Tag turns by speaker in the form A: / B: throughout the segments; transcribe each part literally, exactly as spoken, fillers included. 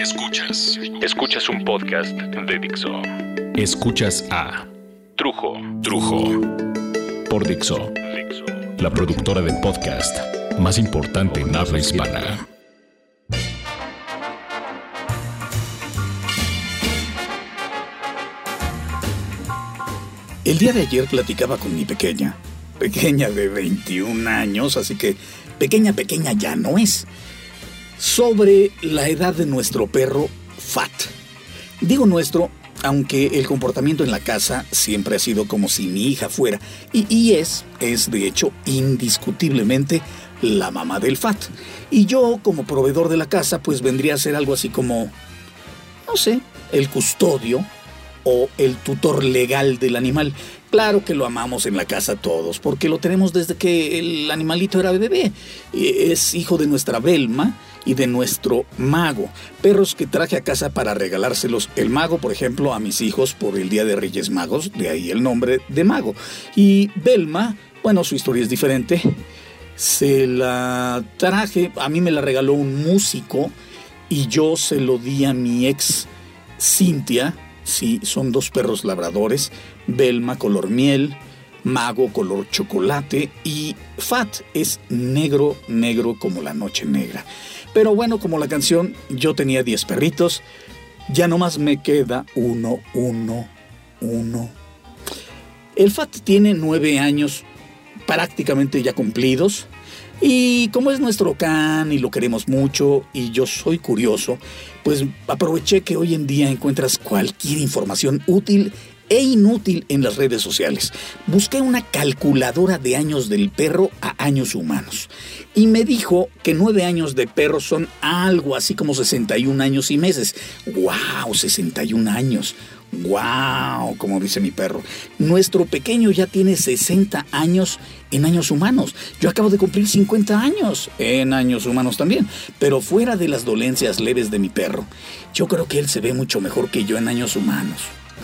A: Escuchas. Escuchas un podcast de Dixo. Escuchas a Trujo. Trujo. Por Dixo. La productora de podcast más importante en habla hispana.
B: El día de ayer platicaba con mi pequeña. Pequeña de veintiún años, así que pequeña, pequeña ya no es. Sobre la edad de nuestro perro, Fat. Digo nuestro, aunque el comportamiento en la casa siempre ha sido como si mi hija fuera. Y, y es, es de hecho, indiscutiblemente la mamá del Fat. Y yo, como proveedor de la casa, pues vendría a ser algo así como, no sé, el custodio o el tutor legal del animal. Claro que lo amamos en la casa todos, porque lo tenemos desde que el animalito era bebé. Es hijo de nuestra Belma y de nuestro Mago, perros que traje a casa para regalárselos. El Mago, por ejemplo, a mis hijos por el Día de Reyes Magos, de ahí el nombre de Mago. Y Belma, bueno, su historia es diferente. Se la traje, a mí me la regaló un músico y yo se lo di a mi ex Cintia. Sí, son dos perros labradores, Belma color miel, Mago color chocolate y Fat es negro, negro como la noche negra. Pero bueno, como la canción, yo tenía diez perritos, ya nomás me queda uno, uno, uno. El Fat tiene nueve años prácticamente ya cumplidos. Y como es nuestro can y lo queremos mucho y yo soy curioso, pues aproveché que hoy en día encuentras cualquier información útil e inútil en las redes sociales. Busqué una calculadora de años del perro a años humanos y me dijo que nueve años de perro son algo así como sesenta y un años y meses. ¡Wow! sesenta y un años. ¡Wow! Como dice mi perro. Nuestro pequeño ya tiene sesenta años en años humanos. Yo acabo de cumplir cincuenta años en años humanos también. Pero fuera de las dolencias leves de mi perro, yo creo que él se ve mucho mejor que yo en años humanos.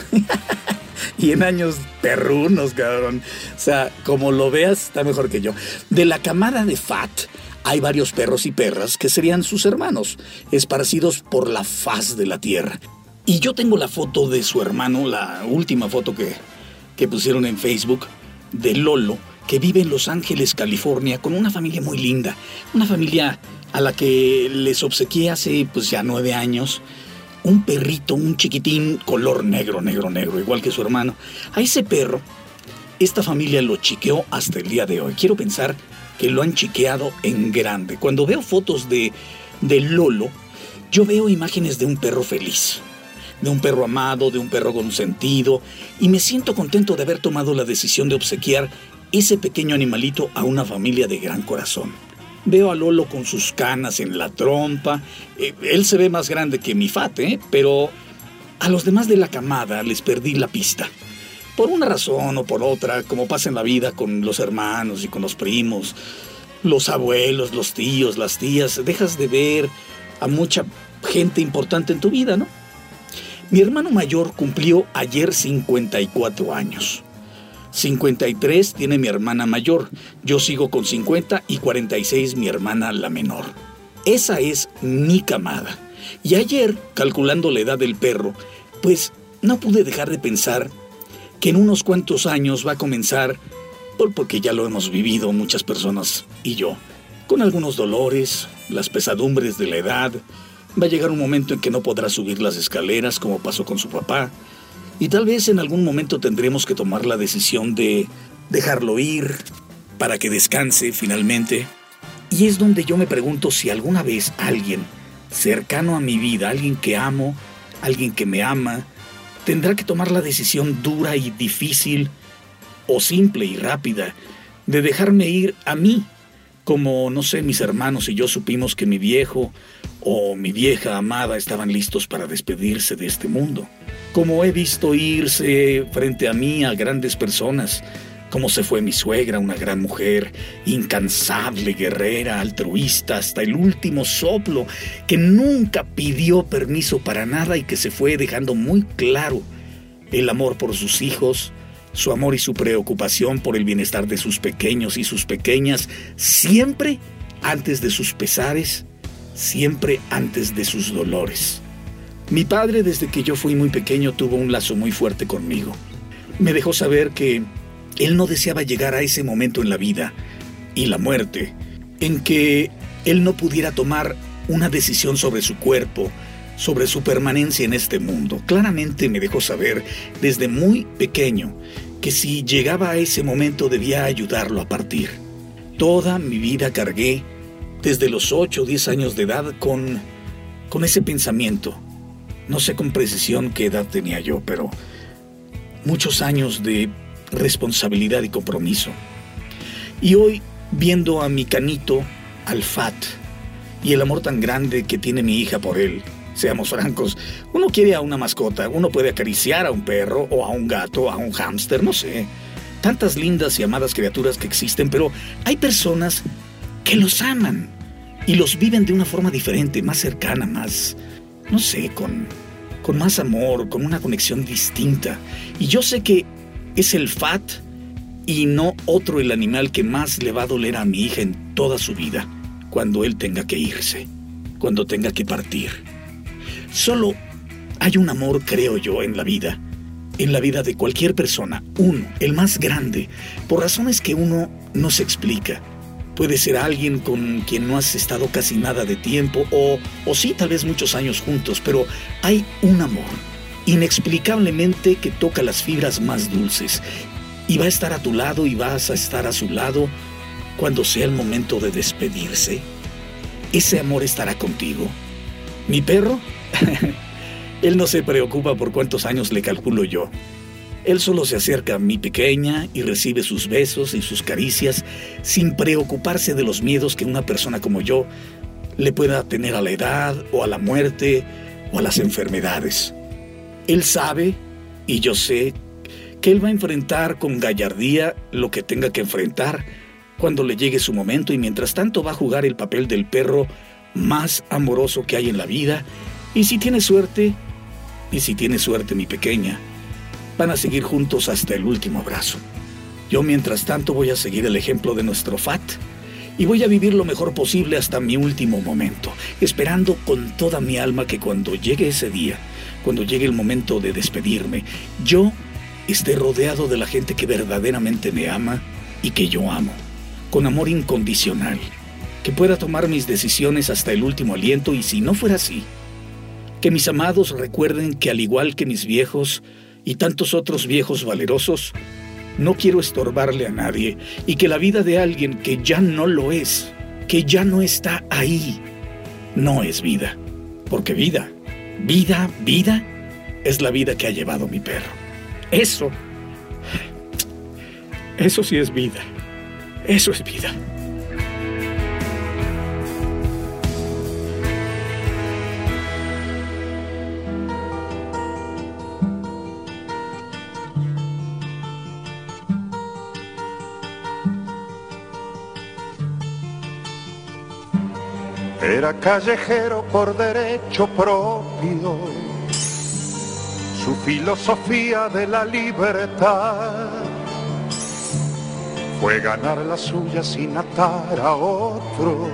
B: Y en años perrunos, cabrón. O sea, como lo veas, está mejor que yo. De la camada de Fat hay varios perros y perras que serían sus hermanos, esparcidos por la faz de la tierra. Y yo tengo la foto de su hermano, la última foto que, que pusieron en Facebook, de Lolo, que vive en Los Ángeles, California, con una familia muy linda. Una familia a la que les obsequié hace pues ya nueve años. Un perrito, un chiquitín, color negro, negro, negro, igual que su hermano. A ese perro, esta familia lo chiqueó hasta el día de hoy. Quiero pensar que lo han chiqueado en grande. Cuando veo fotos de, de Lolo, yo veo imágenes de un perro feliz. De un perro amado, de un perro consentido, y me siento contento de haber tomado la decisión de obsequiar ese pequeño animalito a una familia de gran corazón. Veo a Lolo con sus canas en la trompa. Eh, él se ve más grande que mi Fat, ¿eh? Pero a los demás de la camada les perdí la pista. Por una razón o por otra, como pasa en la vida con los hermanos y con los primos, los abuelos, los tíos, las tías, dejas de ver a mucha gente importante en tu vida, ¿no? Mi hermano mayor cumplió ayer cincuenta y cuatro años. cincuenta y tres tiene mi hermana mayor. Yo sigo con cincuenta y cuarenta y seis mi hermana la menor. Esa es mi camada. Y ayer, calculando la edad del perro, pues no pude dejar de pensar que en unos cuantos años va a comenzar, porque ya lo hemos vivido muchas personas y yo, con algunos dolores, las pesadumbres de la edad. Va a llegar un momento en que no podrá subir las escaleras como pasó con su papá. Y tal vez en algún momento tendremos que tomar la decisión de dejarlo ir para que descanse finalmente. Y es donde yo me pregunto si alguna vez alguien cercano a mi vida, alguien que amo, alguien que me ama, tendrá que tomar la decisión dura y difícil, o simple y rápida, de dejarme ir a mí. Como, no sé, mis hermanos y yo supimos que mi viejo o mi vieja amada estaban listos para despedirse de este mundo. Como he visto irse frente a mí a grandes personas, como se fue mi suegra, una gran mujer, incansable, guerrera, altruista, hasta el último soplo, que nunca pidió permiso para nada y que se fue dejando muy claro el amor por sus hijos, su amor y su preocupación por el bienestar de sus pequeños y sus pequeñas, siempre antes de sus pesares, siempre antes de sus dolores. Mi padre, desde que yo fui muy pequeño, tuvo un lazo muy fuerte conmigo. Me dejó saber que él no deseaba llegar a ese momento en la vida y la muerte en que él no pudiera tomar una decisión sobre su cuerpo, sobre su permanencia en este mundo. Claramente me dejó saber desde muy pequeño que si llegaba a ese momento debía ayudarlo a partir. Toda mi vida cargué, desde los ocho o diez años de edad, con, con ese pensamiento. No sé con precisión qué edad tenía yo, pero muchos años de responsabilidad y compromiso. Y hoy, viendo a mi canito, al Fat, y el amor tan grande que tiene mi hija por él, seamos francos, uno quiere a una mascota, uno puede acariciar a un perro, o a un gato, a un hámster, no sé. Tantas lindas y amadas criaturas que existen, pero hay personas que los aman y los viven de una forma diferente, más cercana, más, no sé, con, con más amor, con una conexión distinta. Y yo sé que es el Fat y no otro el animal que más le va a doler a mi hija en toda su vida, cuando él tenga que irse, cuando tenga que partir. Solo hay un amor, creo yo, en la vida, en la vida de cualquier persona, uno, el más grande, por razones que uno no se explica. Puede ser alguien con quien no has estado casi nada de tiempo, o, o sí, tal vez muchos años juntos, pero hay un amor, inexplicablemente, que toca las fibras más dulces, y va a estar a tu lado y vas a estar a su lado cuando sea el momento de despedirse. Ese amor estará contigo. Mi perro, él no se preocupa por cuántos años le calculo yo. Él solo se acerca a mi pequeña y recibe sus besos y sus caricias sin preocuparse de los miedos que una persona como yo le pueda tener a la edad o a la muerte o a las enfermedades. Él sabe, y yo sé, que él va a enfrentar con gallardía lo que tenga que enfrentar cuando le llegue su momento, y mientras tanto va a jugar el papel del perro más amoroso que hay en la vida. Y si tiene suerte, y si tiene suerte mi pequeña, van a seguir juntos hasta el último abrazo. Yo, mientras tanto, voy a seguir el ejemplo de nuestro Fat y voy a vivir lo mejor posible hasta mi último momento, esperando con toda mi alma que cuando llegue ese día, cuando llegue el momento de despedirme, yo esté rodeado de la gente que verdaderamente me ama y que yo amo, con amor incondicional, que pueda tomar mis decisiones hasta el último aliento. Y si no fuera así, que mis amados recuerden que, al igual que mis viejos y tantos otros viejos valerosos, no quiero estorbarle a nadie, y que la vida de alguien que ya no lo es, que ya no está ahí, no es vida. Porque vida, vida, vida, es la vida que ha llevado mi perro. Eso, eso sí es vida. Eso es vida.
C: Era callejero por derecho propio, su filosofía de la libertad fue ganar la suya sin atar a otros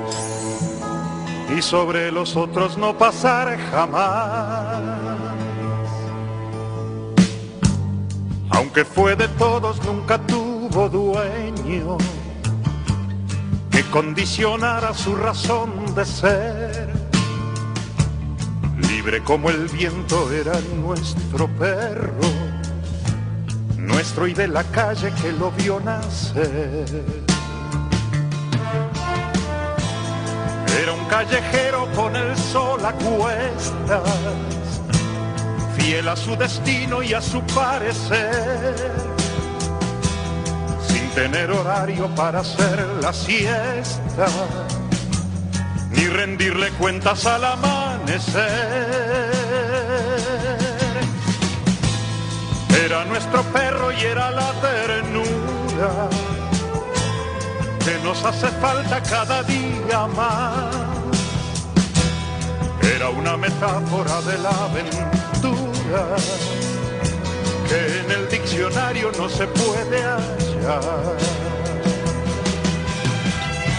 C: y sobre los otros no pasar jamás. Aunque fue de todos, nunca tuvo dueño que condicionara su razón de ser. Libre como el viento era nuestro perro, nuestro y de la calle que lo vio nacer. Era un callejero con el sol a cuestas, fiel a su destino y a su parecer, sin tener horario para hacer la siesta, ni rendirle cuentas al amanecer. Era nuestro perro y era la ternura que nos hace falta cada día más. Era una metáfora de la aventura que en el diccionario no se puede hallar.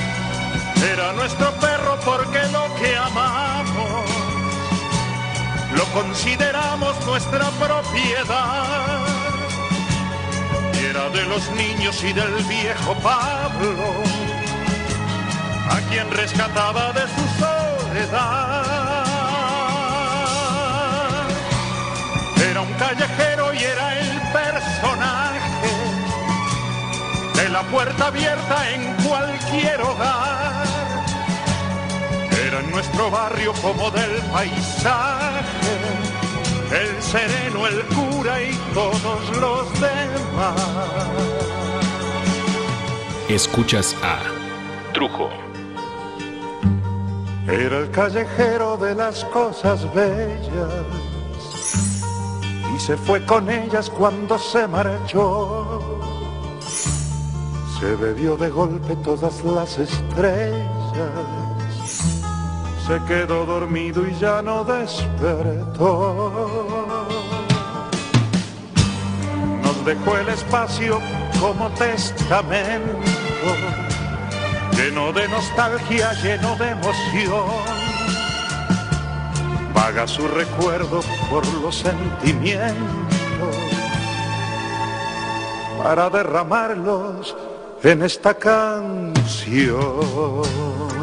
C: Era nuestro perro porque lo que amamos consideramos nuestra propiedad. Y era de los niños y del viejo Pablo, a quien rescataba de su soledad. Era un callejero y era el personaje de la puerta abierta en cualquier hogar. Era en nuestro barrio como del paisaje, el sereno, el cura y todos los demás.
A: Escuchas a Trujo.
C: Era el callejero de las cosas bellas y se fue con ellas cuando se marchó. Se bebió de golpe todas las estrellas, se quedó dormido y ya no despertó. Nos dejó el espacio como testamento, lleno de nostalgia, lleno de emoción. Vaga su recuerdo por los sentimientos para derramarlos en esta canción.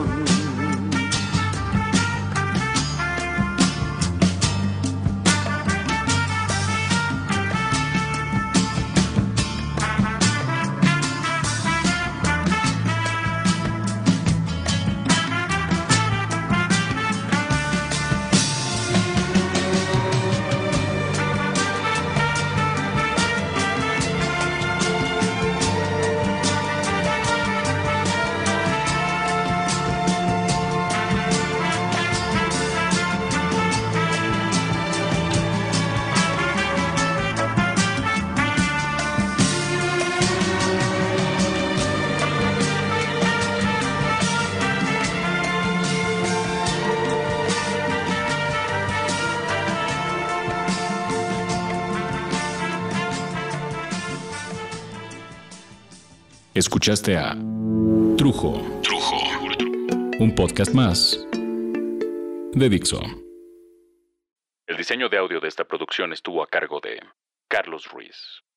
A: Escuchaste a Trujo. Trujo. Un podcast más de Dixo. El diseño de audio de esta producción estuvo a cargo de Carlos Ruiz.